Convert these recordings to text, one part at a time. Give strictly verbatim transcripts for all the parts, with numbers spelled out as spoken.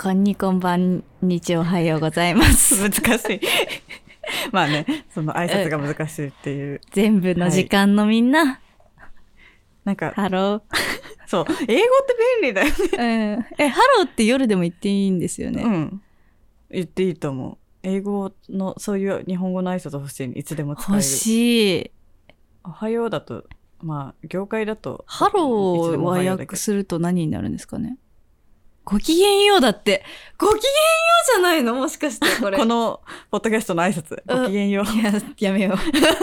こんにこんばんにちおはようございます難しいまあね、その挨拶が難しいっていう全部の時間のみんな、はい、 なんかハローそう英語って便利だよね、うん、えハローって夜でも言っていいんですよね。 うん言っていいと思う。英語のそういう日本語の挨拶欲しいにいつでも使える。 欲しい。 おはようだとまあ業界だとハローは訳すると何になるんですかね。ごきげんようだって。ごきげんようじゃないのもしかしてこれ。 このポッドキャストの挨拶。ごきげんよう。 いや、やめよう。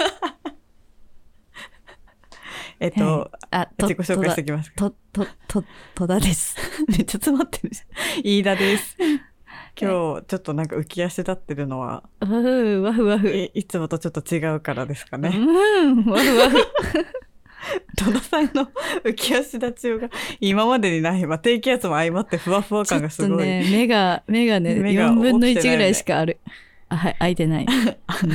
えっと、はい、 あ、 自己紹介しておきますか。と、と、と、戸田です。 めっちゃ詰まってるじゃん。飯田です。今日ちょっとなんか浮き足立ってるのは、 うー、ワフワフ。 い、いつもとちょっと違うからですかね。 うん、ワフワフ。 戸田さんの浮き足立ちが今までにない、まあ、低気圧も相まってふわふわ感がすごい。ちょっとね、目が、目がね、目がよんぶんのいちぐらいしかある。あ、はい、開いてない。うん、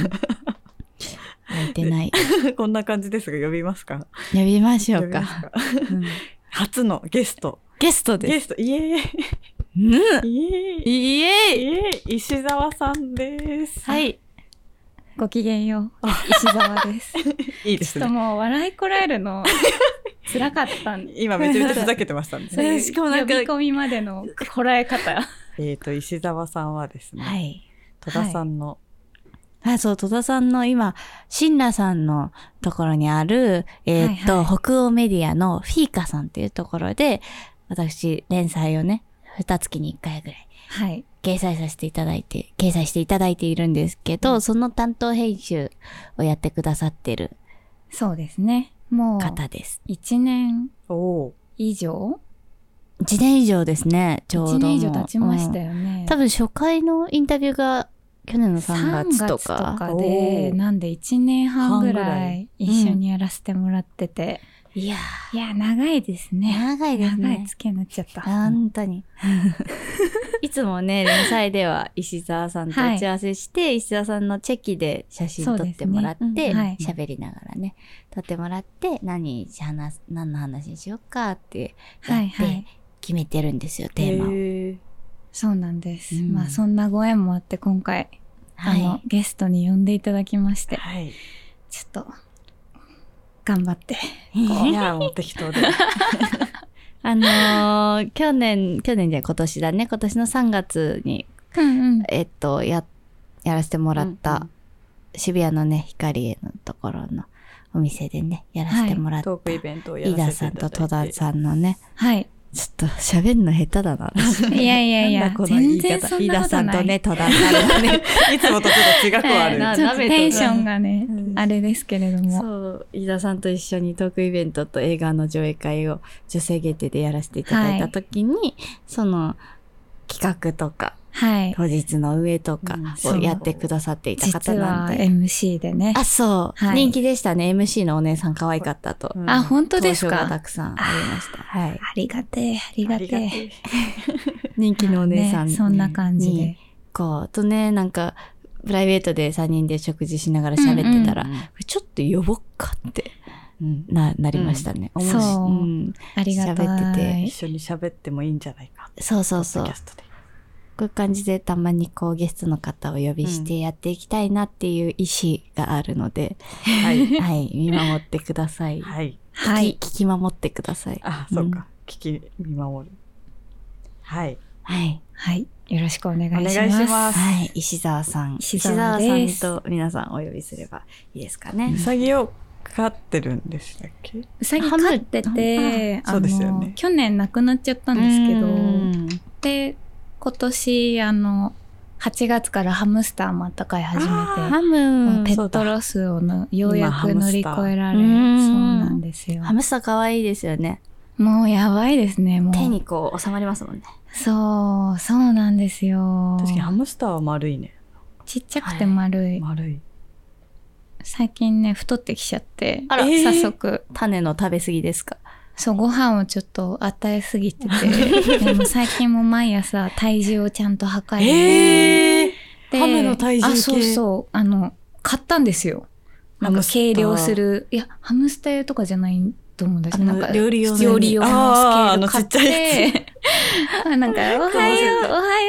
開いてない。 こんな感じですが、呼びますか？ 呼びましょうか。かうん、初のゲスト。 ゲストです。 ゲスト、イエーイ。 うん、 イエーイ。 イエーイ。 イエーイ。石澤さんです。 はい。ごきげんよう。石澤です。 いいですね。 ちょっともう笑いこらえるの辛かったんで。 今めちゃめちゃふざけてましたんで。 そういうしかもなんか呼び込みまでのこらえ方。 えっと、石澤さんはですね、 はい、 戸田さんの、 はい、あ、そう、戸田さんの今、新羅さんのところにある、えー、っと、はいはい、北欧メディアのフィーカさんっていうところで、私、連載をね、二月に一回ぐらい。 はい。 掲載させていただいて、掲載していただいているんですけど、うん、その担当編集をやってくださってる。 そうですね。もう。 方です。 一年以上一年以上ですね、ちょうど。 一年以上経ちましたよね。 うん、多分初回のインタビューが去年のさんがつとか。 さんがつとかで、なんで一年半ぐらい一緒にやらせてもらってて。 うん、いやー。いや、長いですね。 長いですね。 長い付き合いになっちゃった。 本当に。いつもね、連載では石澤さんと打ち合わせして、はい、石澤さんのチェキで写真撮ってもらって、喋、ねうんはい、りながらね、撮ってもらって、何話、何の話にしようかってやって決めてるんですよ、はいはい、テーマを。 そうなんです。うん、まあそんなご縁もあって今回、はい、あの、ゲストに呼んでいただきまして、はい、ちょっと、頑張って。 いや、もう適当で。 あのー、去年、去年じゃ今年だね。今年のさんがつに、 うんうん、 えっと、や、やらせてもらった、渋谷のね、光栄のところのお店でね、やらせてもらった。 はい、トークイベントをやらせていただいて。 飯田さんと戸田さんのね。 はい。 ちょっと喋るの下手だな。 いやいやいや、全然そんなことない。 飯田さんとね、戸田さんがね、 いつもとちょっと違くはある。 ちょっとテンションがね、うん、あれですけれども。 そう、飯田さんと一緒にトークイベントと映画の上映会を女性限定でやらせていただいたときに、はい、その企画とか、 はい、 当日の上とかをやってくださっていた方なんで。 実は エムシー でね。 あ、そう、はい。人気でしたね。エムシー のお姉さん可愛かったと。 うん、あ、本当ですか？ 投書がたくさんありました。はい。 ありがてえ、ありがてえ。 人気のお姉さん、 ね。そんな感じで。 こう、とね、なんか、プライベートでさんにんで食事しながら喋ってたら、うんうん、ちょっと呼ぼっかって、うん、な、なりましたね。 うん、そう、うん。ありがたい。 喋ってて。一緒に喋ってもいいんじゃないか。 そうそうそう。こういう感じでたまにこうゲストの方をお呼びしてやっていきたいなっていう意思があるので、 うん、はい。 はい。見守ってください。 はい。 はい。聞き守ってください。 あ、そうか。聞き、見守る。はい。 はい。 はい。よろしくお願いします。 お願いします。 はい。石澤さん。 石澤です。 石澤さんと皆さんお呼びすればいいですかね。 うさぎを飼ってるんでしたっけ？ うさぎ飼ってて、 そうですよね。 去年亡くなっちゃったんですけど、で、今年、あの、はちがつからハムスターまた飼い始めて、 ハムペットロスをのようやく乗り越えられ、そうなんですよ。 ハムスター可愛いですよね。 もうやばいですね、もう。 手にこう収まりますもんね。 そう、そうなんですよ。 確かにハムスターは丸いね。 ちっちゃくて丸い。 はい、丸い。 最近ね、太ってきちゃって、 あら、 早速。 種の食べ過ぎですか？ そう、ご飯をちょっと与えすぎてて、でも最近も毎朝体重をちゃんと測る。 えー、でハムの体重計。 あ、そうそう。あの、買ったんですよ。なんか計量する。いや、ハムスター用とかじゃないと思うんです。なんか、 料理用の料理用のスケール買って、 ちっちゃいやつなんか、おはよう、おは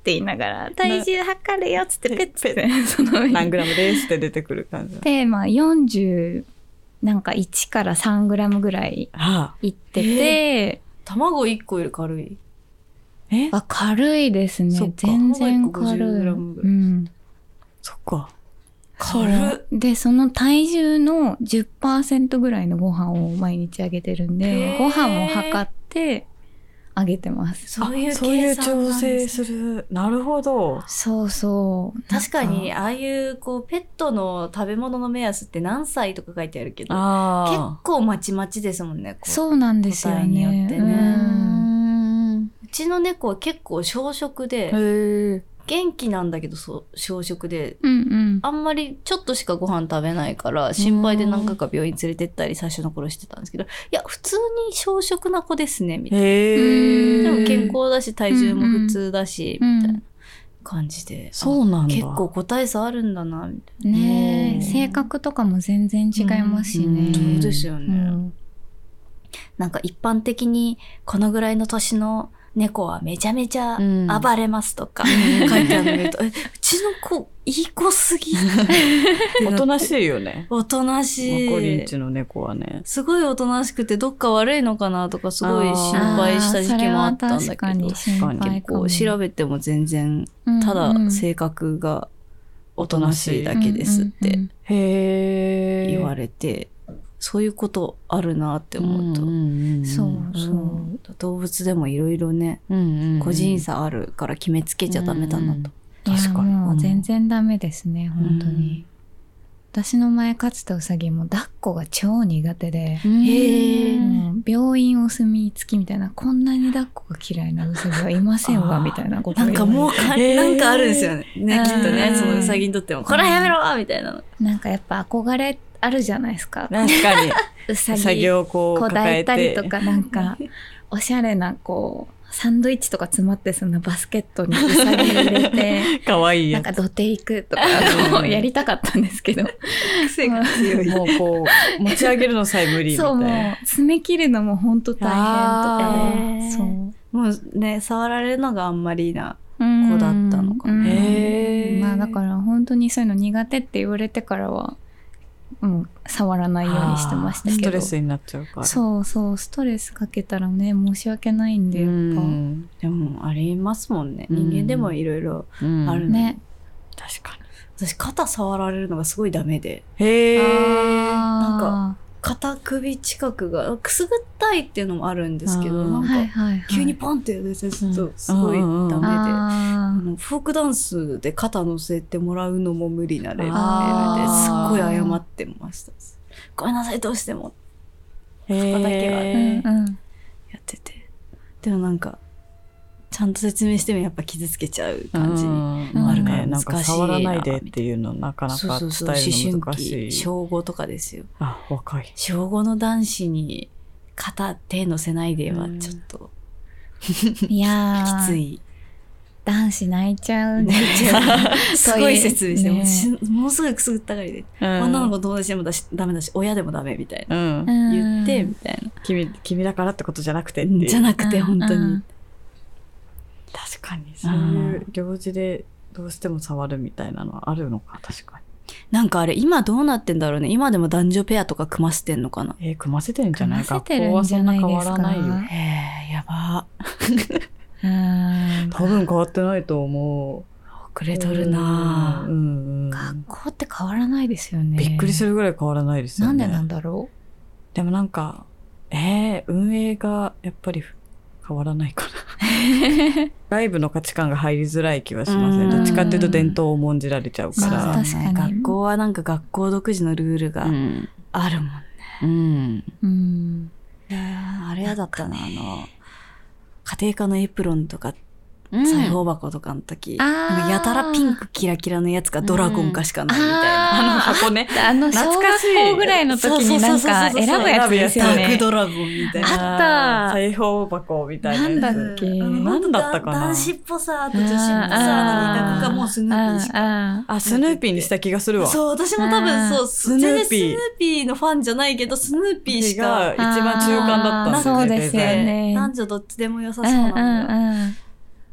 って言いながら、体重測るよっつってペッつってその上に何グラムですって出てくる感じで、まあよんじゅうなんかいちからさんグラムぐらいいってて、 卵いっこより軽い。 えあ、軽いですね。全然軽い。うん。 そっか。 軽い。で、その体重の じゅっパーセント ぐらいのご飯を毎日あげてるんで、ご飯も測ってあげてます。 そういうそういう調整する。なるほど。 そうそう。 確かに、ああいう、こう、ペットの食べ物の目安って何歳とか書いてあるけど、結構まちまちですもんね。 そうなんですよね。 によってね。うちの猫は結構小食で、元気なんだけどそう小食で、 うんうん、 あんまりちょっとしかご飯食べないから心配で何回か病院連れてったり最初の頃してたんですけど、いや普通に小食な子ですねみたいな。でも健康だし体重も普通だし、うんうん、みたいな感じで、 そうなんだ。 結構個体差あるんだなみたいな。 ねえ、性格とかも全然違いますしね。 うん、そうですよね、うん。なんか一般的にこのぐらいの年の猫はめちゃめちゃ暴れますとか書いてあるの見ると、え、うちの子、いい子すぎ。 おとなしいよね。 おとなしい。 マコリンチの猫はね。 すごいおとなしくてどっか悪いのかなとかすごい心配した時期もあったんだけど、結構調べても全然、ただ性格がおとなしいだけですって言われて、そういうことあるなって思うと、うんうんうん、そうそう、うん、動物でもいろいろね、うんうんうん、個人差あるから決めつけちゃダメだなと、うんうん、 確かにもう全然ダメですね、うん、本当に。私の前飼ってたウサギも抱っこが超苦手で、 うん、へもう病院お墨付きみたいな、こんなに抱っこが嫌いなウサギはいませんわみたいなことをなんかもうか、なんかあるんですよね、ねきっとね、そのウサギにとってもこれはやめろみたいな。 なんかやっぱ憧れあるじゃないですか。 確かに。 うさぎをこう抱えたりとか、なんかおしゃれなこうサンドイッチとか詰まってそのバスケットにうさぎ入れてかわいいやつなんか土手行くとかこうやりたかったんですけど癖が強い。 もうこう持ち上げるのさえ無理みたいな。 そう、もう詰め切るのも本当大変とかで、そうもうね触られるのがあんまりな子だったのかな。 へー。まあだから本当にそういうの苦手って言われてからはもう触らないようにしてましたけど、 ストレスになっちゃうから。 そうそう、ストレスかけたらね申し訳ないんで、やっぱでもありますもんね、人間でもいろいろあるね。 確かに私肩触られるのがすごいダメで、 へえ、 なんか肩首近くがくすぐったいっていうのもあるんですけど、なんか急にポンってやるとすごいダメで、あのフォークダンスで肩乗せてもらうのも無理なレベルですっごい謝ってました。ごめんなさいどうしてもそこだけはやってて、でもなんかちゃんと説明してもやっぱ傷つけちゃう感じになるから難しいな。 なんか触らないでっていうのなかなか伝えるの難しい。 小ごとかですよ。 あ、若い。 小ごの男子に肩手乗せないではちょっと、 うん、いやきつい。 男子泣いちゃう。 泣いちゃう。すごい説明して、ね、ものすごいくすぐったがりで、うん、女の子友達でもだしダメだし親でもダメみたいな、うん、言ってみたいな。 君君だからってことじゃなくてっていう。 じゃなくて本当に。うん、 確かにそういう行事でどうしても触るみたいなのはあるのか。確かに。 なんかあれ今どうなってんだろうね。今でも男女ペアとか組ませてんのかな。 えー、組ませてるんじゃないか。 学校はそんな変わらないよ。 へえ、やば。 多分変わってないと思う。 遅れとるな、 うんうんうん、学校って変わらないですよね。 びっくりするぐらい変わらないですよね。 なんでなんだろう。でもなんかえー、運営がやっぱり変わらないかな外部の価値観が入りづらい気はしますね。どっちかっていうと伝統を重んじられちゃうから、 まあ、確かに学校はなんか学校独自のルールがあるもんね、うんうん、いやあれやだったな、あの家庭科のエプロンとか裁縫箱とかの時、うん、なんかやたらピンクキラキラのやつがドラゴンかしかないみたいな、うん、あ, あの箱ね、 あの小学校ぐらいの時になんか選ぶやつですよね。 ダークドラゴンみたいな。 あった。裁縫箱みたいなやつ。 なんだっけ。 なんだったかな。 男子っぽさと女子っぽさの二択かもうスヌーピーしか。 あ、スヌーピーにした気がするわ。 そう、私も多分そう、スヌーピー。スヌーピーのファンじゃないけど、スヌーピーしか。 一番中間だったんですね。 そうですよね。 男女どっちでも良さそうなんだよ。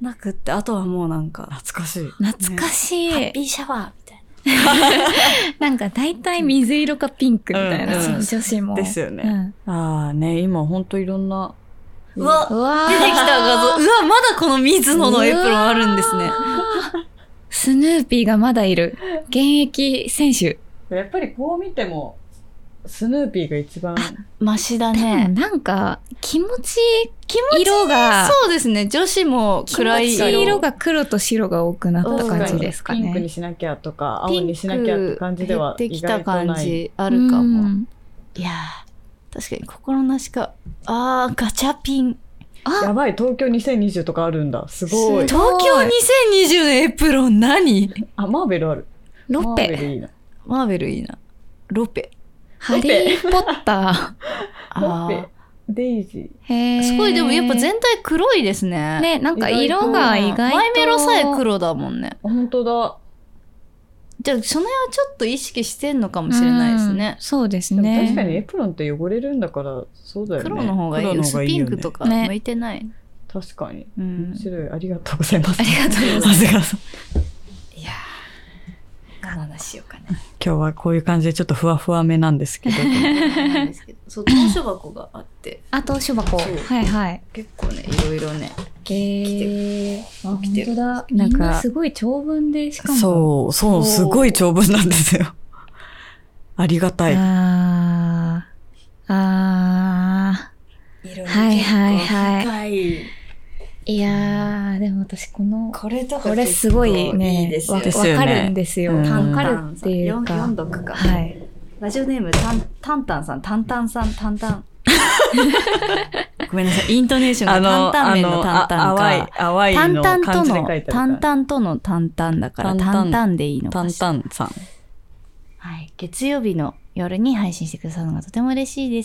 なくって、あとはもうなんか。 懐かしい。 懐かしい。 ね、ハッピーシャワーみたいな。なんか大体水色かピンクみたいな、うんうん、女子も。 ですよね。うん、ああね、今ほんといろんな。 うわ、うわ出てきた画像。うわ、まだこの水野のエプロンあるんですね。 スヌーピーがまだいる。現役選手。 やっぱりこう見ても、スヌーピーが一番マシだね。 なんか気持ちいい色がそうですね。女子も暗い色。色が黒と白が多くなった感じですかね。 ピンクにしなきゃとか青にしなきゃって感じでは意外とない。 減ってきた感じあるかも。いやー確かに心なしか。あーガチャピン。 あやばい東京にせんにじゅうとかあるんだ。すごい。 東京にせんにじゅうのエプロン何？ あマーベルある。 ロッペ。 マーベルいいな。 マーベルいいな。ロペ。 ハリーポッター。ロッペ。デイジー。へー。 すごい、でもやっぱ全体黒いですね。 ね、なんか色が意外と。 マイメロさえ黒だもんね。 本当だ。 じゃあ、その辺はちょっと意識してんのかもしれないですね。 そうですね。 確かにエプロンって汚れるんだから、そうだよね。 黒の方がいいよ。スピンクとか向いてない。 確かに。面白い。ありがとうございます。 ありがとうございます。いやー、何の話しようかね。 今日はこういう感じでちょっとふわふわめなんですけど。 そう、投書箱があって。 あ、投書箱。はいはい。 結構ね、いろいろね。 えー、あ、本当だ。なんか、すごい長文で、しかも。 そう、そう、すごい長文なんですよ。ありがたい。 あー、あー。はいはいはい。いやー、でも私この、 これとかこれすごいね、わかるんですよ。わかるっていうか。 読んどくか。 はい。 ラジオネーム、タン、タンタンさん、タンタンさん、タンタン。ごめんなさい、イントネーションがタンタン麺のタンタンか。 淡い、淡いの漢字で書いてあるから。 タンタンとのタンタンだから、タンタンでいいのかしら。 タンタンさん。 はい。月曜日の夜に配信してくださるのがとても嬉しいです。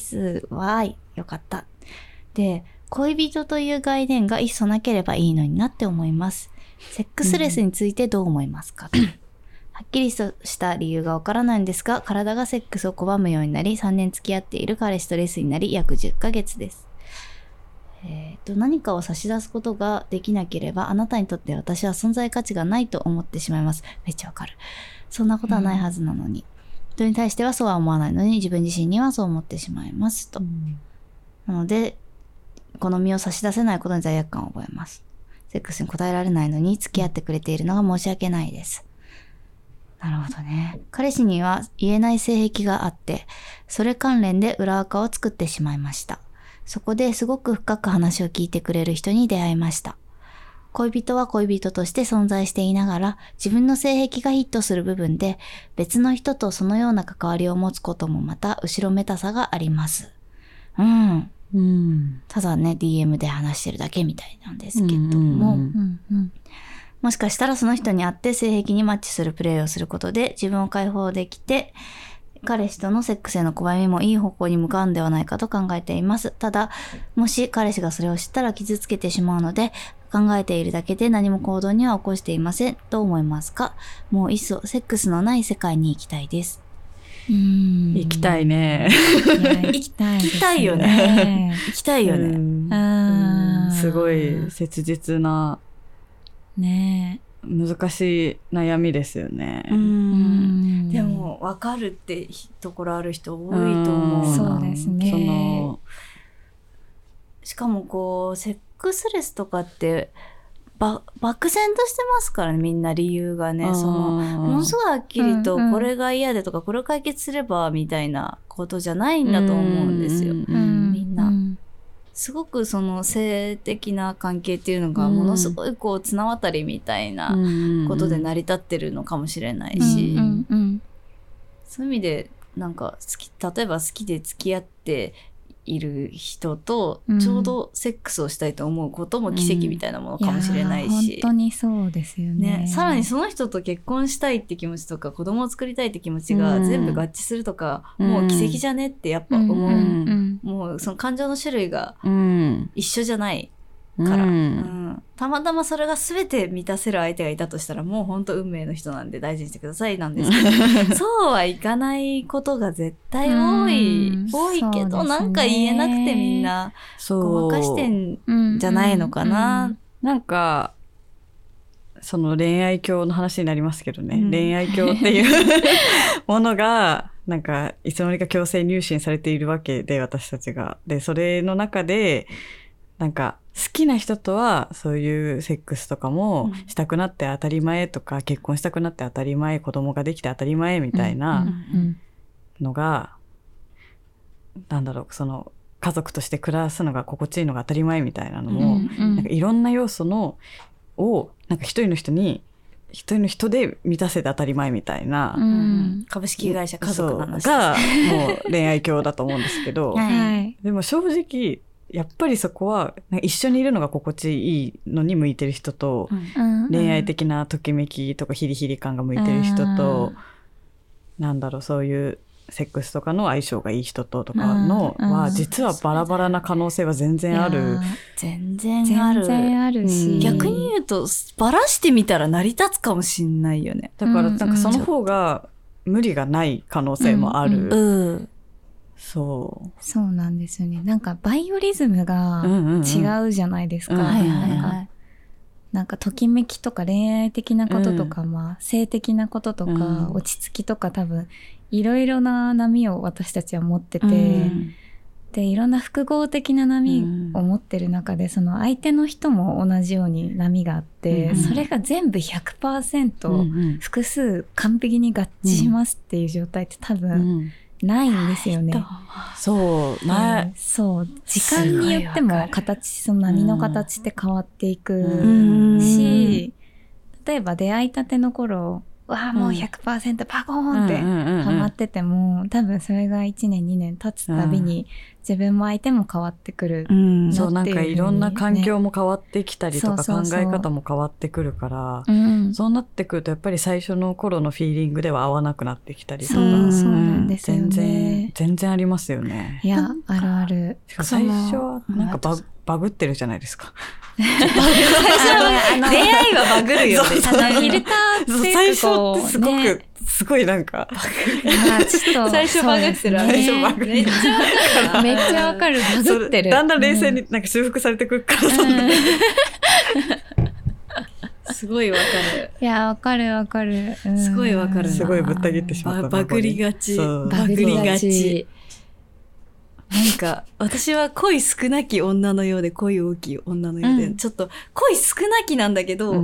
わーい。よかった。で、恋人という概念がいっそなければいいのになって思います。セックスレスについてどう思いますか、うん、はっきりとした理由がわからないんですが、体がセックスを拒むようになり、さんねん付き合っている彼氏とレスになり、約じゅっかげつです。えーと、何かを差し出すことができなければ、あなたにとって私は存在価値がないと思ってしまいます。めっちゃわかる。そんなことはないはずなのに。うん、人に対してはそうは思わないのに、自分自身にはそう思ってしまいますと。うん、なので、この身を差し出せないことに罪悪感を覚えます。セックスに答えられないのに付き合ってくれているのが申し訳ないです。なるほどね。彼氏には言えない性癖があって、それ関連で裏垢を作ってしまいました。そこですごく深く話を聞いてくれる人に出会いました。恋人は恋人として存在していながら、自分の性癖がヒットする部分で、別の人とそのような関わりを持つこともまた後ろめたさがあります。うん。うん、ただね ディーエム で話してるだけみたいなんですけども、うんうんうん、もしかしたらその人に会って性癖にマッチするプレイをすることで自分を解放できて彼氏とのセックスへの拒みもいい方向に向かうんではないかと考えています。ただもし彼氏がそれを知ったら傷つけてしまうので考えているだけで何も行動には起こしていません。どう思いますか？もういっそセックスのない世界に行きたいです。 うーん行きたいね。 行きたい、ね、 行きたいよね。行きたいよね。 うんうんすごい切実な、 ね、 難しい悩みですよね。 うんでも分かるってところある人多いと思うな。 そうですね。 そのしかもこうセックスレスとかってば漠然としてますからね、みんな理由がね。そのものすごいはっきりとこれが嫌でとか、うんうん、これを解決すればみたいなことじゃないんだと思うんですよ、うんうん、みんな、うん、すごくその性的な関係っていうのがものすごいこう綱渡りみたいなことで成り立ってるのかもしれないし、うんうんうん、そういう意味でなんか好き、例えば好きで付き合っている人とちょうどセックスをしたいと思うことも奇跡みたいなものかもしれないし、うん、いや本当にそうですよ ね, ね。さらにその人と結婚したいって気持ちとか子供を作りたいって気持ちが全部合致するとか、うん、もう奇跡じゃねってやっぱ思う、うん、もうその感情の種類が一緒じゃないから、うんうん、たまたまそれが全て満たせる相手がいたとしたらもう本当運命の人なんで大事にしてくださいなんですけどそうはいかないことが絶対多い、うん、多いけど、ね、なんか言えなくてみんなごまかしてんじゃないのかな、 うんうん、なんかその恋愛教の話になりますけどね、うん、恋愛教っていうものがなんかいつの間にか強制入信されているわけで、私たちが。で、それの中でなんか好きな人とはそういうセックスとかもしたくなって当たり前とか、うん、結婚したくなって当たり前、子供ができて当たり前みたいなのが、うんうん、なんだろう、その家族として暮らすのが心地いいのが当たり前みたいなのも、うんうん、なんかいろんな要素のをなんか一人の人に一人の人で満たせて当たり前みたいな、うん、 株式会社家族の話がもう恋愛教だと思うんですけど、はい、でも正直やっぱりそこは一緒にいるのが心地いいのに向いてる人と、うん、恋愛的なときめきとかヒリヒリ感が向いてる人と、うん、なんだろう、そういうセックスとかの相性がいい人ととかのは実はバラバラな可能性は全然ある。 全然ある。 全然あるし、うん、 逆に言うとバラしてみたら成り立つかもしんないよね。 だからなんかその方が無理がない可能性もある。うんうん、そう。 そうなんですよね。なんかバイオリズムが違うじゃないですか。なんかときめきとか恋愛的なこととか、うん、まあ性的なこととか、うん、落ち着きとか多分いろいろな波を私たちは持ってて、うん、でいろんな複合的な波を持ってる中で、うん、その相手の人も同じように波があって、うん、それが全部 ひゃくパーセント 複数完璧に合致しますっていう状態って多分ないんですよね。うん、 そうない、 そう時間によっても形、その波の形って変わっていくし、例えば出会いたての頃わあもう ひゃくパーセント パコーンってハマってても、多分それがいちねんにねん経つたびに自分も相手も変わってくる、うん、 そうなんかいろんな環境も変わってきたりとか、考え方も変わってくるから、うん、そうなってくるとやっぱり最初の頃のフィーリングでは合わなくなってきたりとか、 そうそうなんですよね、 全然全然ありますよね。 いやあるある。 最初はなんかバグバグってるじゃないですか。 最初は出会いはバグるよね。 あのフィルターって最初ってすごく、ね、すごいなんかちょっと最初バグってる、ね、 最初バグめっちゃわかる。 めっちゃわかる。バグってる。 だんだん冷静になんか修復されてくるから、うん、 すごいわかる。 いやわかるわかる。 うん、すごいわかるな。 すごいぶった切ってしまったな。 バグりがち。バグりがち。なんか私は恋少なき女のようで恋大きい女のようで、うん、ちょっと恋少なきなんだけど、うん、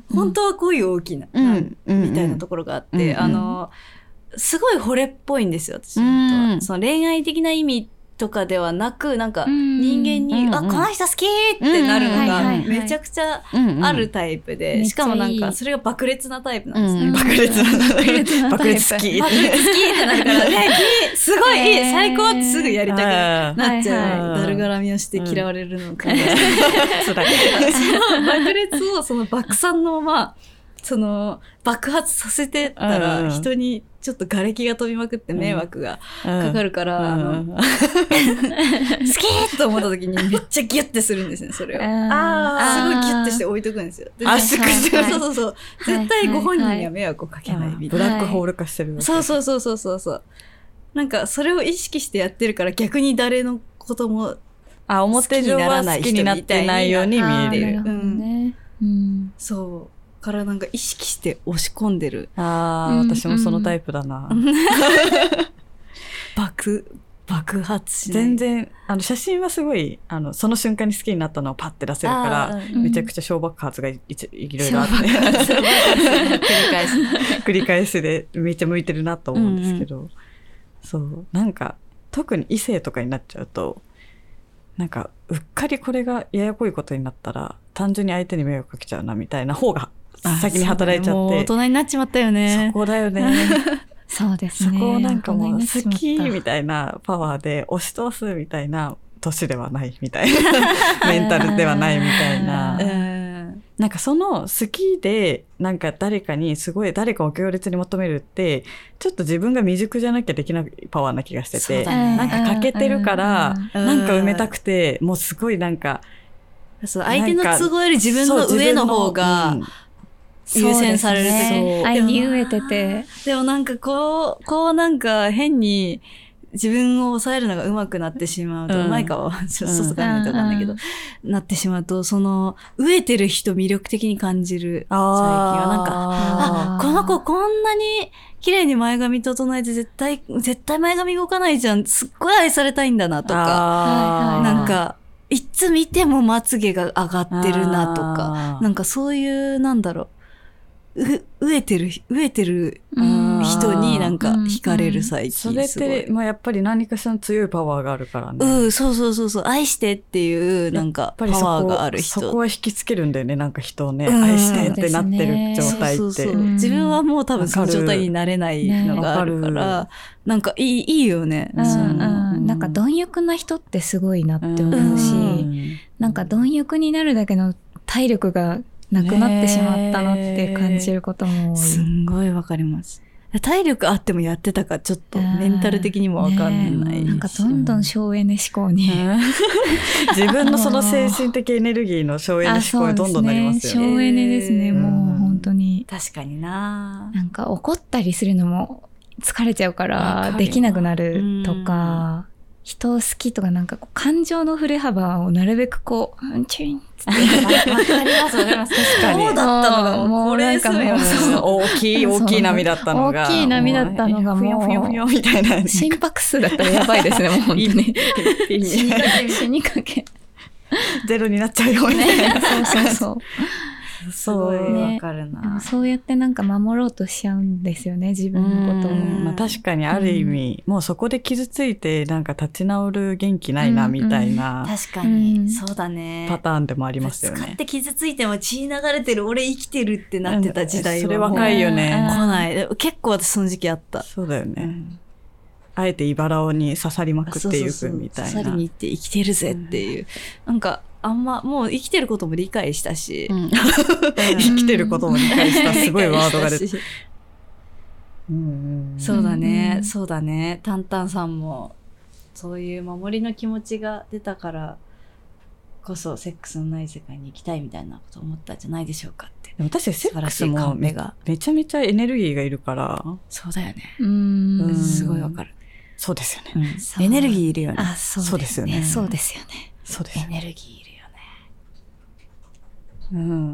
本当は恋大きな、うん、みたいなところがあって、うん、あのすごい惚れっぽいんですよ私のことは、うん、その恋愛的な意味とかではなく、なんか人間に、うん、あ、この人好きってなるのがめちゃくちゃあるタイプで、うんうん、しかもなんかそれが爆裂なタイプなんですね。うん、 爆裂なタイプ。爆裂好き。 爆裂好きってなるからね、すごいいい、最高ってすぐやりたくなっちゃう。だるがらみをして嫌われるのか、うん。そうだね。その爆裂をその爆散のまま、その爆発させてったら人にちょっと瓦礫が飛びまくって迷惑がかかるから、うん、あの好きと思った時にめっちゃギュッてするんですね、それを。あすごいギュッてして置いとくんですよ。 圧縮してる。 そうそうそう。絶対ご本人には迷惑をかけないみたいな。 ブラックホール化してるわけ。 そうそうそうそうそうそう。なんかそれを意識してやってるから逆に誰のこともあ表上は好きになってないように見える。 うん、うん、 そう。からなんか意識して押し込んでる。 ああ、うん、私もそのタイプだな。 爆、爆発しない。 全然、あの写真はすごい、あの、その瞬間に好きになったのをパッて出せるから、うん、めちゃくちゃ小爆発がい, い, いろいろあって。繰り返し。 繰り返しでめっちゃ向いてるなと思うんですけど、うんうん、そう、なんか、特に異性とかになっちゃうと、なんか、うっかりこれがややこいことになったら、単純に相手に迷惑かけちゃうな、みたいな方が、先に働いちゃって。もう大人になっちまったよね。 そこだよね。 そうですね。 そこをなんかもう好きみたいなパワーで押し通すみたいな年ではないみたいな。メンタルではないみたいな。なんかその好きでなんか誰かにすごい誰かを強烈に求めるってちょっと自分が未熟じゃなきゃできないパワーな気がしてて、ね、なんか欠けてるからなんか埋めたくてもうすごいなんかそう相手の都合より自分の上の方が優先されると、 ね、愛に飢えてて。 でもなんかこう、こうなんか変に自分を抑えるのが上手くなってしまうと、うま、いかは、ちょっと外から見たらわかんないけど、うん、なってしまうと、その、飢えてる人魅力的に感じる、最近は。なんか、あ、この子こんなに綺麗に前髪整えて絶対、絶対前髪動かないじゃん。すっごい愛されたいんだなとか、なんか、いつ見てもまつげが上がってるなとか、なんかそういう、なんだろう、う飢えてる、飢えてる人になんか惹かれる最近。 それって、まあやっぱり何かしらの強いパワーがあるからね。 うん、そうそうそうそう、愛してっていうなんかパワーがある人。 そこは引きつけるんだよね、なんか人をね、うん、愛してってなってる状態って。そうそうそう、 自分はもう多分その状態になれないのがあるから、ね、なんかいい、いいよね。 うんうん、なんか貪欲な人ってすごいなって思うし、うん、なんか貪欲になるだけの体力がなくなってしまったなって感じることも多い。 すんごいわかります。体力あってもやってたかちょっとメンタル的にもわかんない、ね。 なんかどんどん省エネ思考に。 自分のその精神的エネルギーの省エネ思考にどんどんなりますよね。 省エネですね、もう本当に。 確かにな。 なんか怒ったりするのも疲れちゃうからできなくなるとか、人を好きとかなんかこう感情の振れ幅をなるべくこう、うんちゅんって。わかりますわかります。確かに。そうだったのがもうなんかもう大きい大きい波だったのが。 大きい波だったのがもう。 ふよふよふよみたいな。 心拍数だったらやばいですね、もう本当に。死にかけ。 ゼロになっちゃうよね。 そうそうそう。 そう、ね、わかるな。 そうやってなんか守ろうとしちゃうんですよね、自分のことを。 まあ確かにある意味、うん、もうそこで傷ついてなんか立ち直る元気ないなみたいな、 うんうん、確かに、そうだね。 パターンでもありますよね。 使って傷ついても血流れてる、俺生きてるってなってた時代は、 それ若いよね。 来ない。結構私その時期あった。 そうだよね。うん、あえて茨に刺さりまくっていくみたいな。そうそうそう、 刺さりに行って生きてるぜっていう。うん、なんかあんま、もう生きてることも理解したし。うん、 生きてることも理解した。すごいワードが出て。 そうだね、うん、そうだね。タンタンさんも、そういう守りの気持ちが出たからこそ、セックスのない世界に行きたいみたいなことを思ったんじゃないでしょうかって。 私はセックスもめめちゃめちゃエネルギーがいるから。 そうだよね。 うん。 すごいわかる。 そうですよね。 うん、エネルギーいるよね。 あ、そうですよね。そうですよね。 そうです。 エネルギーいる。 うん、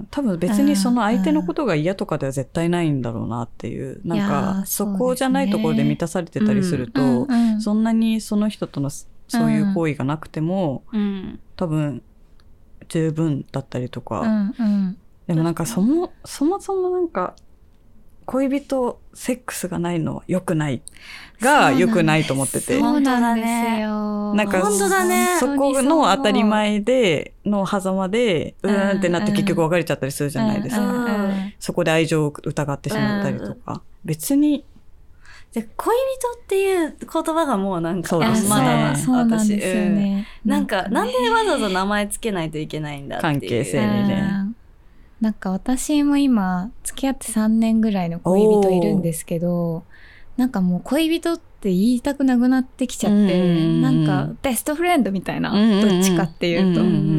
多分別にその相手のことが嫌とかでは絶対ないんだろうなっていう、なんかそこじゃないところで満たされてたりすると、そんなにその人とのそういう行為がなくても、多分十分だったりとか、でもなんかそもそもそもなんか恋人セックスがないのは良くないが良くないと思ってて。 そうなんですよ。 なんか本当だね。 そこの当たり前での狭間でうーんってなって結局別れちゃったりするじゃないですか。うんうん、そこで愛情を疑ってしまったりとか。うん、別に。 じゃ恋人っていう言葉がもうなんか、 そうですね、 まだそうなんですよね。 うん、なんか、なんでわざわざ名前つけないといけないんだっていう。 関係性にね。 なんか私も今付き合ってさんねんぐらいの恋人いるんですけど、なんかもう恋人って言いたくなくなってきちゃって、うんうんうん、なんかベストフレンドみたいな、うんうんうん、どっちかっていうと、うんうんうん、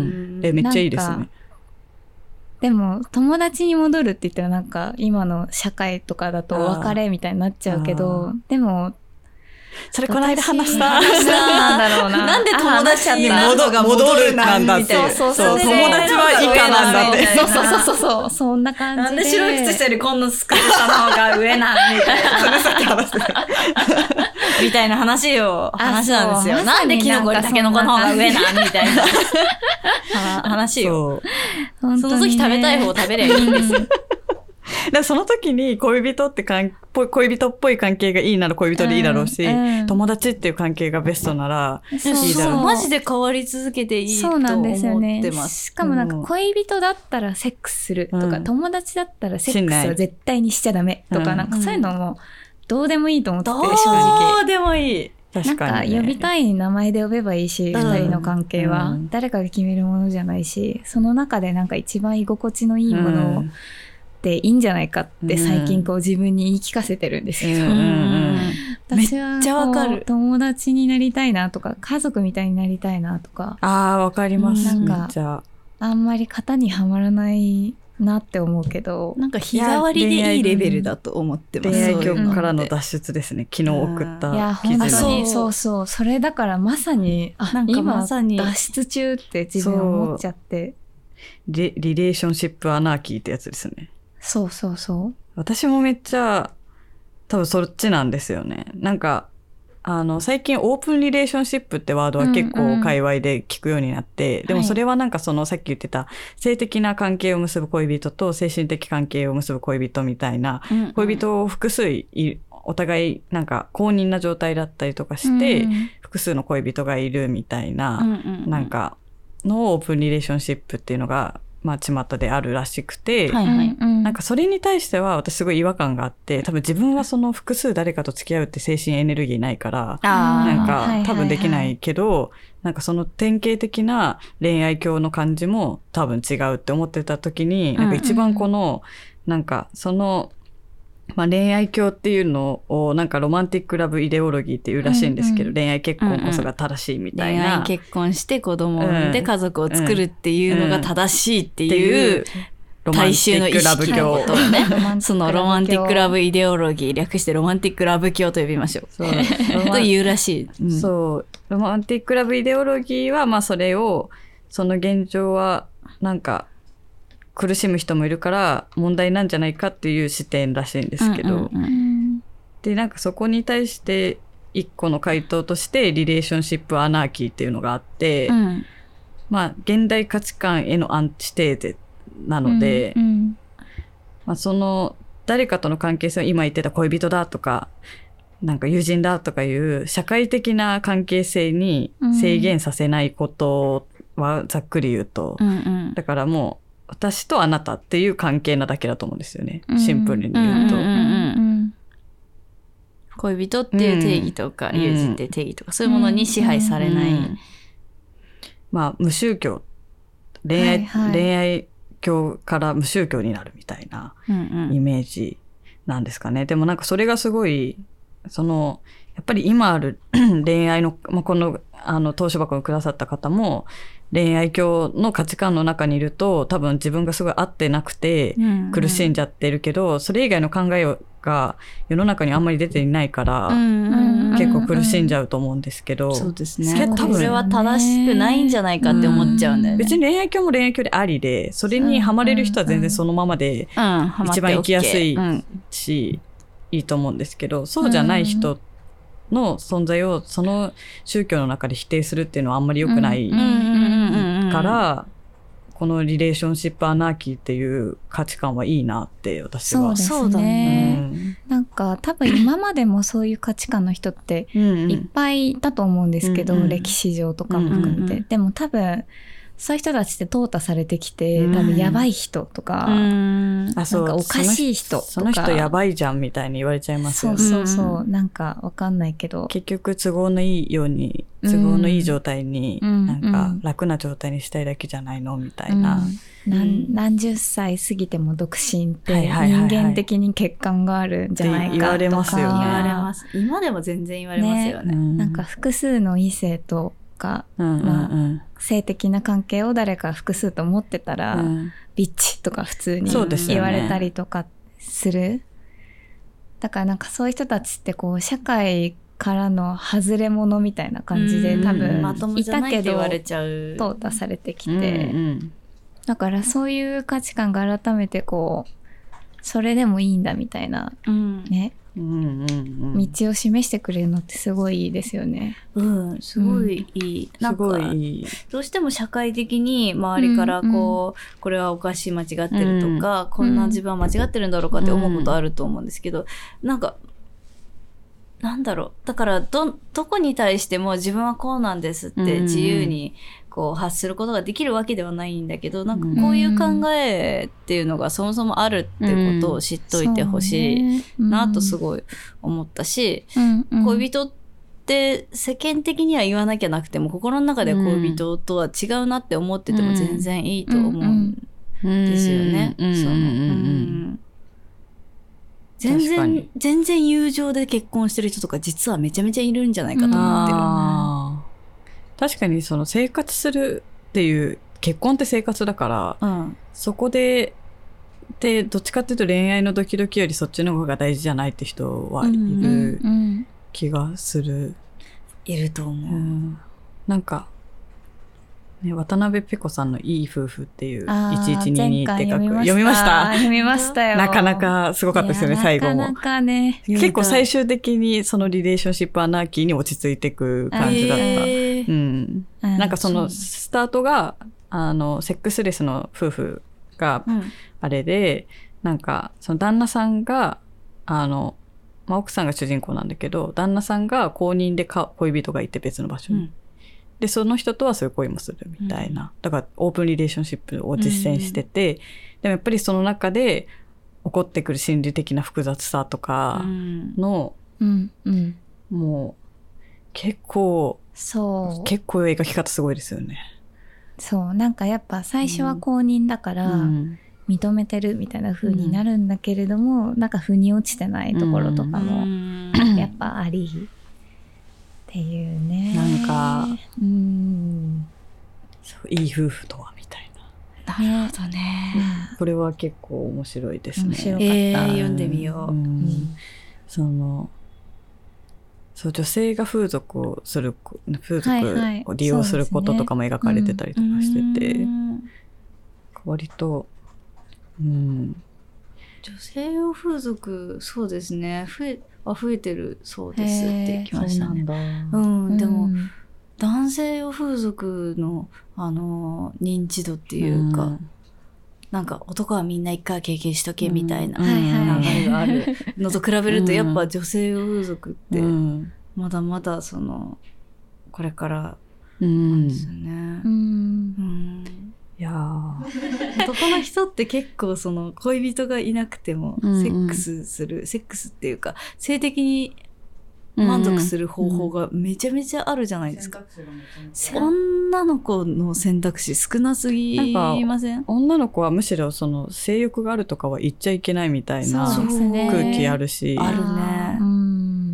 えめっちゃいいですね。 でも友達に戻るって言ったらなんか今の社会とかだとお別れみたいになっちゃうけど、でもそれこの間話した。 話したなんだろうな。 なんで友達に戻る戻るなんだって。 そうそうそう。 友達は以下なんだって。 そうそうそうそう。そんな感じで。 なんで白い靴下よりこんなすくってたの方が上なんみたいな。 それさっき話してみたいな話よ。話なんですよ。なんでキノコよりタケノコの方が上なんみたいな話よ。その時食べたい方を食べればいいんですよ。 だその時に恋人ってかん恋人っぽい関係がいいなら恋人でいいだろうし、うんうん、友達っていう関係がベストならいいだろう。そうそうマジで変わり続けていいと思ってます。そうなんですよね。 しかもなんか恋人だったらセックスするとか、うん、友達だったらセックスは絶対にしちゃダメとか、うん、なんかそういうのもどうでもいいと思ってて、正直。 どうでもいい。 確かにね、なんか呼びたい名前で呼べばいいし、二、うん、人の関係は、うん、誰かが決めるものじゃないし、その中でなんか一番居心地のいいものを、うんでいいんじゃないかって最近こう自分に言い聞かせてるんですけど、うんうんうん、私はめっちゃわかる。友達になりたいなとか家族みたいになりたいなとか、 あーわかります。 なんかあんまり型にはまらないなって思うけど、 なんか日替わりでいいレベルだと思ってます。 恋愛教からの脱出ですね。昨日送った記事の。いや本当にそうそう、それだからまさにあなんかまさに今脱出中って自分思っちゃって。 リ, リレーションシップアナーキーってやつですね。 そうそうそう。 私もめっちゃ多分そっちなんですよね。なんかあの最近オープンリレーションシップってワードは結構界隈で聞くようになって、うんうん、でもそれはなんかそのさっき言ってた性的な関係を結ぶ恋人と精神的関係を結ぶ恋人みたいな、うんうん、恋人を複数いお互いなんか公認な状態だったりとかして、うんうん、複数の恋人がいるみたいな、うんうんうん、なんかのオープンリレーションシップっていうのがまあ巷であるらしくて、はいはい、なんかそれに対しては私すごい違和感があって、多分自分はその複数誰かと付き合うって精神エネルギーないからなんか多分できないけど、はいはいはい、なんかその典型的な恋愛教の感じも多分違うって思ってた時に、なんか一番このなんかそのまあ、恋愛教っていうのをなんかロマンティックラブイデオロギーっていうらしいんですけど、うんうん、恋愛結婚こそが正しいみたいな、 恋愛結婚して子供を産んで家族を作るっていうのが正しいっていう大衆の意識のことをね、そのロマンティックラブイデオロギー略してロマンティックラブ教と呼びましょう。そうというらしい、 うん、そうロマンティックラブイデオロギーはまあそれをその現状はなんか苦しむ人もいるから問題なんじゃないかっていう視点らしいんですけど、うんうんうん、でなんかそこに対して一個の回答としてリレーションシップアナーキーっていうのがあって、うん、まあ現代価値観へのアンチテーゼなので、うんうんまあ、その誰かとの関係性を今言ってた恋人だとかなんか友人だとかいう社会的な関係性に制限させないことはざっくり言うと、うんうん、だからもう私とあなたっていう関係なだけだと思うんですよね。シンプルに言うと。うんうんうんうん、 恋人っていう定義とか、うん、友人っていう定義とか、そういうものに支配されない。うんうん、 まあ、無宗教。恋愛、はいはい、恋愛教から無宗教になるみたいなイメージなんですかね。うんうん、でもなんかそれがすごい、その、やっぱり今ある恋愛の、まあ、この、あの、投書箱をくださった方も、恋愛教の価値観の中にいると多分自分がすごい合ってなくて苦しんじゃってるけど、うんうん、それ以外の考えが世の中にあんまり出ていないから、うんうん、結構苦しんじゃうと思うんですけど、 そうですね。多分それは正しくないんじゃないかって思っちゃうんだよね。 別に恋愛教も恋愛教でありで、それにハマれる人は全然そのままで一番生きやすいし、いいと思うんですけど、そうじゃない人の存在をその宗教の中で否定するっていうのはあんまり良くないから、このリレーションシップアナーキーっていう価値観はいいなって私は。 そうですね、うん、なんか多分今までもそういう価値観の人っていっぱいいたと思うんですけど、うんうん、歴史上とかも含めて、うんうんうん、でも多分そういう人たちって淘汰されてきて、多分やばい人とか、うん、なんかおかしい人とか、 その人やばいじゃんみたいに言われちゃいますよね。 そうそうそう、うん、なんかわかんないけど、 結局都合のいいように、都合のいい状態に、うん、なんか楽な状態にしたいだけじゃないのみたいな、 うん、何, 何十歳過ぎても独身って人間的に欠陥があるんじゃないかとか、 言われますよね。 言われます。今でも全然言われますよね。ね、 うん、なんか複数の異性とか、うんうんうん、まあ、性的な関係を誰か複数と思ってたら、うん、ビッチとか普通に言われたりとかする、ね、だからなんかそういう人たちってこう社会からの外れ者みたいな感じで多分いたけど淘汰されてきて、うんうん、だからそういう価値観が改めてこうそれでもいいんだみたいな、うん、ね、うんうんうん、道を示してくれるのってすごいいいですよね。 うん、すごいいい。うん、なんかどうしても社会的に周りからこう、うんうん、これはおかしい間違ってるとか、うん、こんな自分は間違ってるんだろうかって思うことあると思うんですけど、うん、なんかなんだろう、だからどどこに対しても自分はこうなんですって自由にこう発することができるわけではないんだけど、なんかこういう考えっていうのがそもそもあるってことを知っといてほしいなとすごい思ったし、うんうん、恋人って世間的には言わなきゃなくても心の中で恋人とは違うなって思ってても全然いいと思うんですよね。全然、全然友情で結婚してる人とか実はめちゃめちゃいるんじゃないかと思ってる。 あ、確かにその生活するっていう、結婚って生活だから、うん、そこででどっちかっていうと恋愛のドキドキよりそっちの方が大事じゃないって人はいる気がする、うんうんうん、 いると思う、うん、 なんかね、渡辺ペコさんのいい夫婦っていういちいちににって書く読みました読みましたよ。 なかなかすごかったですよね最後も。 なかなかね。 結構最終的にそのリレーションシップアナーキーに落ち着いていく感じだった。えー、うん。なんかそのスタートがあのセックスレスの夫婦があれで、うん、なんかその旦那さんがあの、まあ、奥さんが主人公なんだけど旦那さんが公認でか恋人がいて別の場所に。うん、でその人とはそういう恋もするみたいな、うん、だからオープンリレーションシップを実践してて、うん、でもやっぱりその中で起こってくる心理的な複雑さとかの、うんうん、もう結構そう結構描き方すごいですよね。 そうなんかやっぱ最初は公認だから、うん、認めてるみたいな風になるんだけれども、うん、なんか腑に落ちてないところとかもやっぱあり、うんっていうね。 なんか、うん、そういい夫婦とはみたいな。なるほどね。 これは結構面白いですね。 面白かった。 えー、読んでみよう。うん、 そのそう女性が風俗をする風俗を利用することとかも描かれてたりとかしてて、はいはいね、割と、うん、 女性用風俗そうですね。増えあ増えてるそうですってきましたね。 そうなんだ。うん、でも、うん、男性用風俗のあの認知度っていうか、うん、なんか男はみんな一回経験しとけみたいな流れがあるのと比べると、やっぱ女性用風俗ってまだまだそのこれからなんですよね。うんうんいや男の人って結構その恋人がいなくてもセックスする、うんうん、セックスっていうか性的に満足する方法がめちゃめちゃあるじゃないですか、うんうん、女の子の選択肢少なすぎません？ 女の子はむしろその性欲があるとかは言っちゃいけないみたいな空気あるし、 あるね、 うん、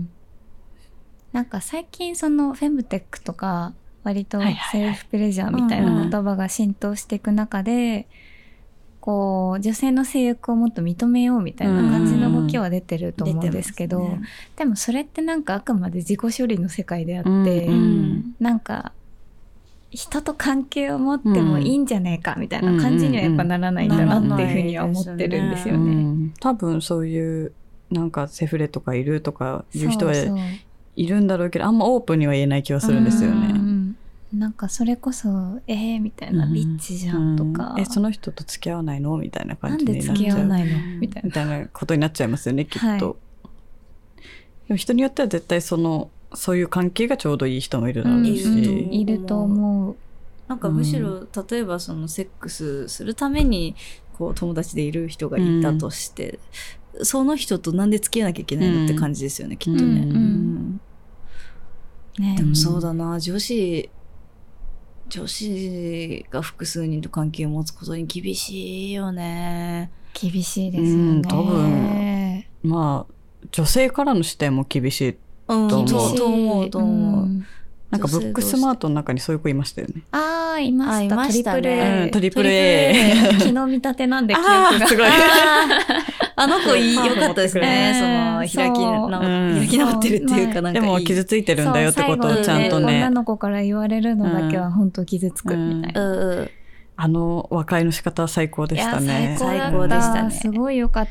なんか最近そのフェムテックとか割とセルフプレジャーみたいな言葉が浸透していく中で、こう女性の性欲をもっと認めようみたいな感じの動きは出てると思うんですけど、ね、でもそれってなんかあくまで自己処理の世界であって、うんうん、なんか人と関係を持ってもいいんじゃねえかみたいな感じにはやっぱならないんだなっていうふうには思ってるんですよね。うん、 多分そういうなんかセフレとかいるとかいう人はいるんだろうけど、あんまオープンには言えない気はするんですよね。うんなんかそれこそえーみたいな、ビッチじゃんとか、 うん、えその人と付き合わないのみたいな感じになっちゃう。 なんで付き合わないのみたいなみたいなことになっちゃいますよねきっと、はい、でも人によっては絶対そのそういう関係がちょうどいい人もいるだろうし、うん、 いると思う。 なんかむしろ、うん、例えばそのセックスするためにこう友達でいる人がいたとして、うん、その人となんで付き合わなきゃいけないのって感じですよね、うん、きっとね、うんうんね、でもそうだな、女子女子が複数人と関係を持つことに厳しいよね。 厳しいですよね。 うん、多分まあ女性からの視点も厳しいと思う。うん、 と思うと思う。うんなんかブックスマートの中にそういう子いましたよね。 ああ、いました。 ましたね、 トリプル A。 うん、トリプル A。 昨日見立てなんで記憶が。 すごい。 あの子いい、よかったですね。その、開き直、開き直ってるっていうかなんかいい。 でも傷ついてるんだよってことをちゃんとね。 女の子から言われるのだけは本当傷つくみたいな。うんうん、 あの和解の仕方は最高でしたね。 最高でしたね。すごいよかった。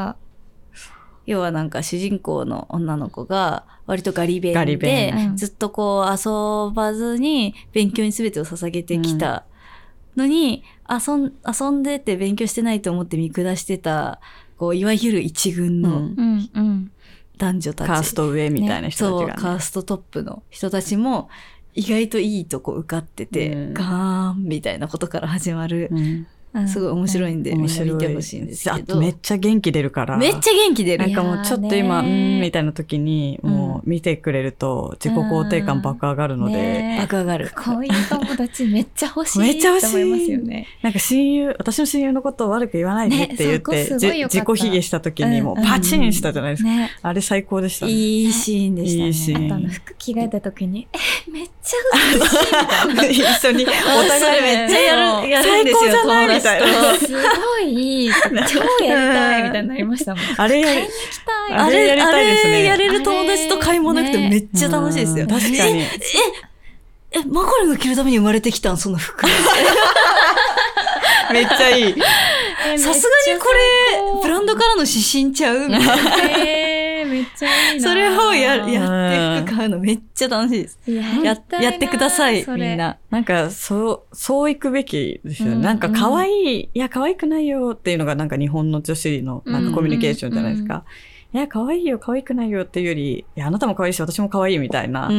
要はなんか主人公の女の子が割とガリ勉でずっとこう遊ばずに勉強に全てを捧げてきたのに、うん、遊ん、遊んでて勉強してないと思って見下してたこういわゆる一軍の男女たち、 カースト上みたいな人たちが、ねね、そうカーストトップの人たちも意外といいとこ受かってて、うん、ガーンみたいなことから始まる、うんすごい面白いんで、うん、みんな見てほしいんですけど。 めっちゃ元気出るから。 めっちゃ元気出る。 なんかもうちょっと今、うんみたいな時に、も見てくれると自己肯定感爆上がるので、 ね、 爆上がる。 こういう友達めっちゃ欲しいめっちゃ欲しいと思いますよね。 なんか親友、私の親友のことを悪く言わないでって言って、ね、自己卑下した時にもうパチンしたじゃないですか。うんうんね、あれ最高でしたね。 いいシーンでしたね。いいシーン。 あとあの服着替えた時に、え、めっちゃ美しいみたいな。 一緒にお互いめっちゃやる、やるんですよ、 最高じゃないみたいな。 すごいいい。超やりたいみたいになりましたもん。 あれやり、 あれやりたいですね。あれやれる友達と買い物行くとめっちゃ楽しいですよ。 確かに。 え、え、マコリンが着るために生まれてきたんその服。 めっちゃいい。 さすがにこれ、ブランドからの指針ちゃうみたいな。 えー、めっちゃいいな。 それをや、やって服買うのめっちゃ楽しいです。や、やってください、みんな。 なんか、そう、そう行くべきですよね。うん、なんか、可愛い、いや、可愛くないよっていうのがなんか日本の女子のなんかコミュニケーションじゃないですか。うんうんいや、可愛いよ、可愛くないよっていうより、いや、あなたも可愛いし、私も可愛いみたいな。うん。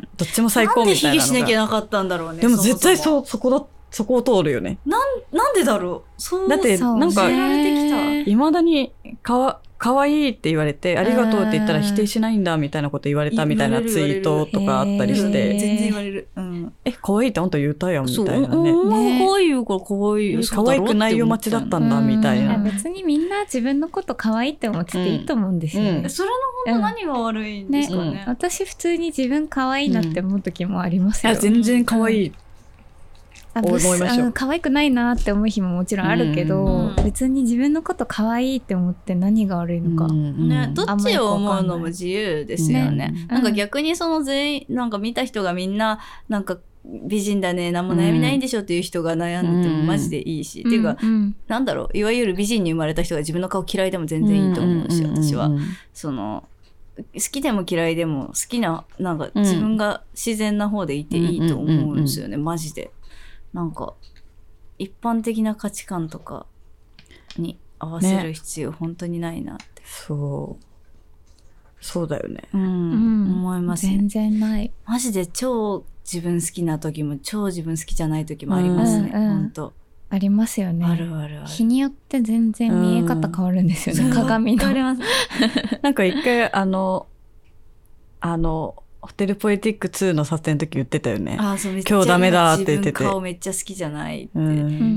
どっちも最高みたいなのが。 なんで卑下しなきゃなかったんだろうね。 でも絶対そう、そこだ、そこを通るよね。 なん、なんでだろうそう、 だって、なんか、 い未だに、かわ、可愛いって言われて、ありがとうって言ったら否定しないんだみたいなこと言われたみたいなツイートとかあったりして。 全然言われる。うん。 え、可愛いってあんた言ったやんみたいなね。 ね可愛いよから可愛いよ。 可愛くないよ待ちだったんだみたいな。 別にみんな自分のこと可愛いって思ってていいと思うんですよね。 それの本当何が悪いんですかね。 私普通に自分可愛いなって思う時もありますよ。 いや、全然可愛い。思いましょう。 可愛くないなって思う日ももちろんあるけど、うんうん、別に自分のこと可愛いって思って何が悪いのか、うんうんね、どっちを思うのも自由ですよね。ねなんか逆にその全員なんか見た人がみんななんか美人だね何も悩みないんでしょっていう人が悩んでてもマジでいいし、うん、っていうか、うん、なんだろういわゆる美人に生まれた人が自分の顔嫌いでも全然いいと思うし、うんうん、私はその好きでも嫌いでも好きななんか自分が自然な方でいていいと思うんですよね、マジで。なんか一般的な価値観とかに合わせる必要、ね、本当にないなって。 そうそうだよね、 うんうん、思いますね。 全然ない。 マジで超自分好きな時も超自分好きじゃない時もありますね、うんうん、本当ありますよね。 あるあるある。 日によって全然見え方変わるんですよね、うん、鏡の。 なんか一回あのあのホテルポエティックツーの撮影の時言ってたよね。ああ、そう、めっちゃ今日ダメだって言ってて。 自分顔めっちゃ好きじゃないって。うん、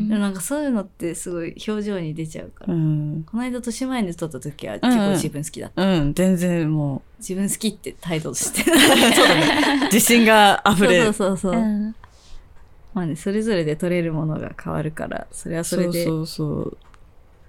でもなんかそういうのってすごい表情に出ちゃうから。うん、この間豊島園で撮った時は結構自分好きだった。 うん、うん、全然もう。 自分好きって態度して。 そうだね。自信が溢れる。 そうそうそうそう。うん、まあね、それぞれで撮れるものが変わるから、それはそれで。 そうそうそう。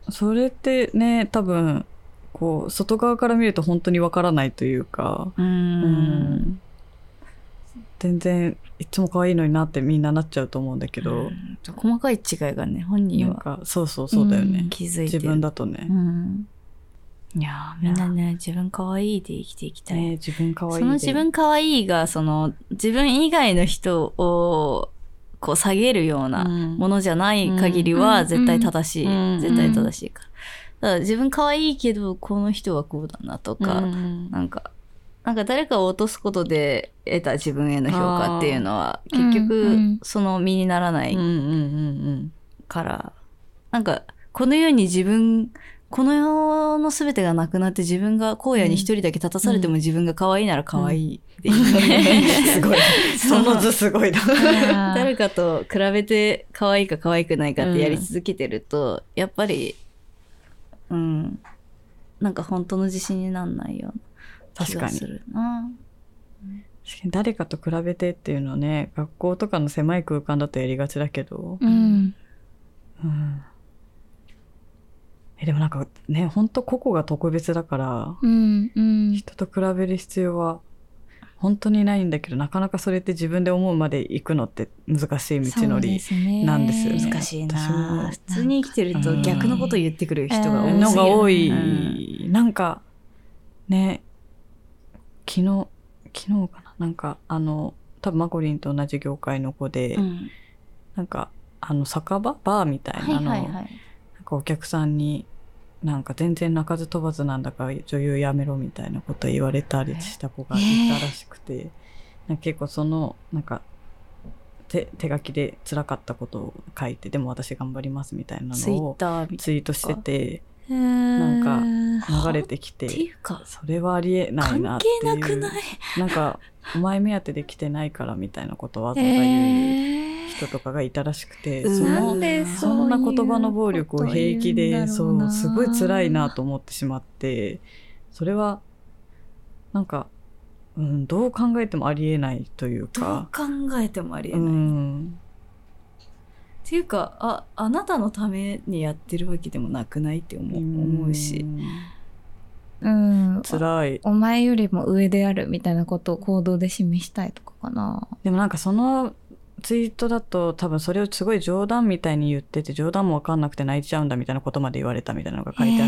それってね、多分、こう外側から見ると本当にわからないというか、うんうん全然いつも可愛いのになってみんななっちゃうと思うんだけど、うん、 細かい違いがね本人はなんかそうそうそうだよね、うん、 気づいてる自分だとね、うん、 いやみんなね自分可愛いで生きていきたい、ね、 自分可愛いでその自分可愛いがその自分以外の人をこう下げるようなものじゃない限りは絶対正しい、うん、絶対正しいから。だから自分可愛いけどこの人はこうだなとか、うん、なんかなんか誰かを落とすことで得た自分への評価っていうのは結局その身にならないから、なんかこの世に自分この世の全てがなくなって自分が荒野に一人だけ立たされても自分が可愛いなら可愛いっていう、 うん、すごいその図すごいな誰かと比べて可愛いか可愛くないかってやり続けてると、うん、やっぱりうん、なんか本当の自信になんないような気がするな。 確かに誰かと比べてっていうのはね学校とかの狭い空間だとやりがちだけど、うんうん、えでもなんかね本当個々が特別だから、うんうん、人と比べる必要は本当にないんだけどなかなかそれって自分で思うまで行くのって難しい道のりなんですよね。 難しいな。普通に生きてると逆のことを言ってくる人が多い、 のが多い、うん、なんかね昨日昨日かななんかあの多分マコリンと同じ業界の子で、うん、なんかあの酒場バーみたいなの、はいはいはい、なんかお客さんになんか全然鳴かず飛ばずなんだから女優やめろみたいなこと言われたりした子がいたらしくて、えー、なんか結構そのなんか 手, 手書きで辛かったことを書いてでも私頑張りますみたいなのをツイートしてて、なんか流れてきて、 っていうかそれはありえないなっていう。 関係なくない？ なんかお前目当てで来てないからみたいなことをわざわざ言う人とかがいたらしくて、えー、そなんでそんな言葉の暴力を平気で、そうすごい辛いなと思ってしまって、それはなんか、うん、どう考えてもありえないというか、 どう考えてもありえない、 うん、 っていうか、あ、あなたのためにやってるわけでもなくないって思う、思うし、 うん、 辛い。 お前よりも上であるみたいなことを行動で示したいとかかな。 でもなんかそのツイートだと多分それをすごい冗談みたいに言ってて、冗談も分かんなくて泣いちゃうんだみたいなことまで言われたみたいなのが書いてあって、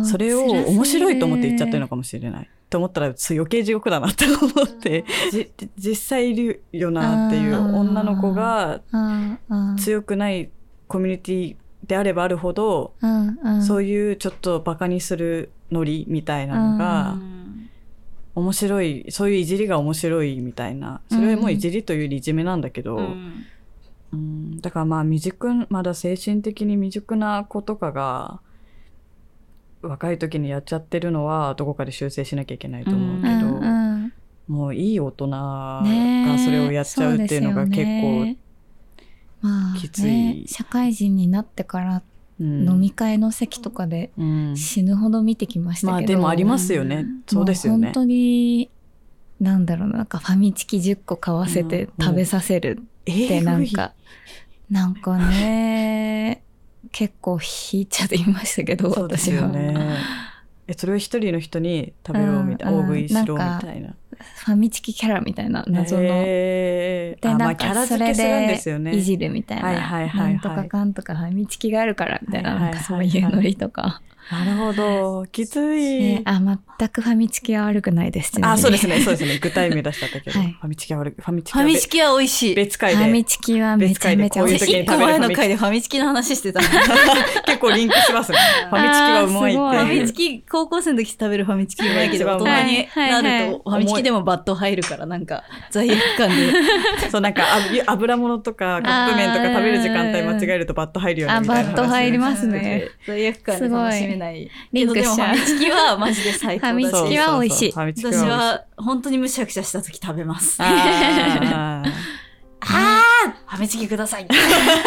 それを面白いと思って言っちゃってるのかもしれないと思ったら余計地獄だなって思ってじ実際いるよなっていう女の子が強くないコミュニティであればあるほど、そういうちょっとバカにするノリみたいなのが面白い、そういういじりが面白いみたいな、それはもういじりというよりいじめなんだけど、うんうん、だからまあ未熟、まだ精神的に未熟な子とかが若い時にやっちゃってるのはどこかで修正しなきゃいけないと思うけど、うんうん、もういい大人がそれをやっちゃうっていうのが結構きつい、 まあね、社会人になってから飲み会の席とかで死ぬほど見てきましたけど、 うん、まあでもありますよね。そうですよね。 本当になんだろうな、なんかファミチキじゅっこ買わせて食べさせるってなんか、うん、なんかね結構引いちゃっていましたけど、 そうですよね。え、それを一人の人に食べろみたいな、オーブイ しろみたいな。 ファミチキキャラみたいな謎の、 でなんかそれでいじるみたいな、なんとかかんとかファミチキがあるからみたいな、なんかそういうノリとか。 なるほど、きつい、 ね、あ、全くファミチキは悪くないです。 あ、そうですね、そうですね、具体名出しちゃったけど、はい、ファミチキは悪く、ファミチキはファミチキは美味しい。 別回で。 ファミチキはめちゃめちゃ美味しい。 一個前の回でファミチキの話してた。 結構リンクしますね。ファミチキはうまいって。 ファミチキ、高校生の時食べるファミチキうまいけど、大人になるとファミチキでもバット入るから、なんか罪悪感で。 そう、なんか油物とかカップ麺とか食べる時間帯間違えるとバット入るよねみたいな。 あ、バット入りますね。 罪悪感で楽しめない。リンクしちゃう。でもファミチキはマジで最高だし。 ファミチキは美味しい。 私は本当にむしゃくしゃした時食べます。あーあーファミチキください。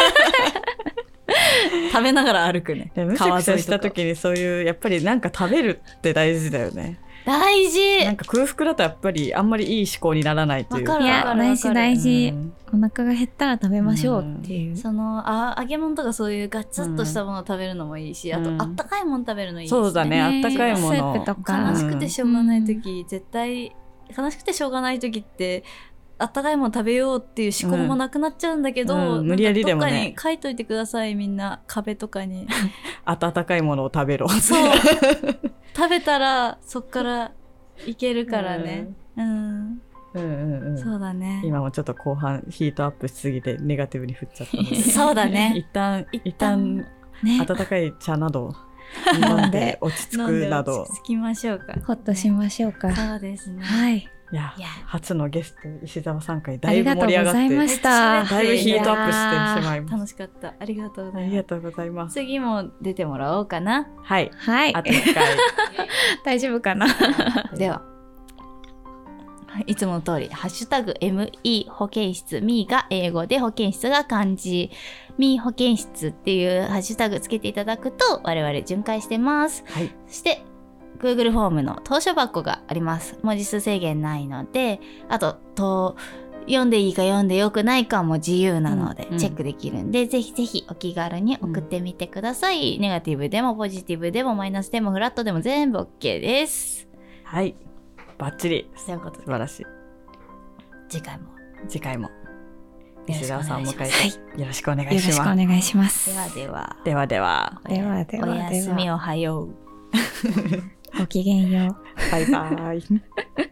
食べながら歩くね。 むしゃくしゃした時にそういうやっぱりなんか食べるって大事だよね。 大事。 なんか空腹だとやっぱりあんまりいい思考にならないというか。 いや、大事大事、うん、お腹が減ったら食べましょうっていう、 うん、そのあ揚げ物とかそういうガツッとしたものを食べるのもいいし、うん、あとあったかいもの食べるのいいし、ね、 そうだね、あったかいもの、 スープとか。 悲しくてしょうがない時、うん、絶対悲しくてしょうがない時ってあったかいもの食べようっていう思考もなくなっちゃうんだけど、 うんうん、無理やりでもね、 どっかに書いといてください、みんな壁とかに。 温かいものを食べろ。 そう食べたらそっからいけるからね、うん、 うんうんうん、そうだね。今もちょっと後半ヒートアップしすぎてネガティブに振っちゃったのでそうだね。 一旦一旦、ね、温かい茶など飲んで落ち着くなど落ち着きましょうか。 ホッとしましょうか。 そうですね。 はい。 いや、いや初のゲスト石澤さん会だいぶ盛り上がって、 ありがとうございました。 だいぶヒートアップしてしまいます。 楽しかった。ありがとうございます。 ありがとうございます。 次も出てもらおうかな。 はいはい。 あといっかい大丈夫かな。 ではいつもの通りハッシュタグ エムイー 保健室、ミーが英語で保健室が漢字、ミー保健室っていうハッシュタグつけていただくと我々巡回してます。 はい。 そしてGoogle フォームの投書箱があります。文字数制限ないので、あと、と読んでいいか読んでよくないかも自由なので、チェックできるんで、うん、ぜひぜひお気軽に送ってみてください。うん、ネガティブでもポジティブでもマイナスでもフラットでも全部 OK です。 はい。バッチリ。 ということで。 素晴らしい。 次回も。 次回も。石澤さんを迎えて、よろしくお願いします。 よろしくお願いします。 ではでは。 ではでは。 ではでは。 おやすみおはよう。 ごきげんよう。 バイバイ。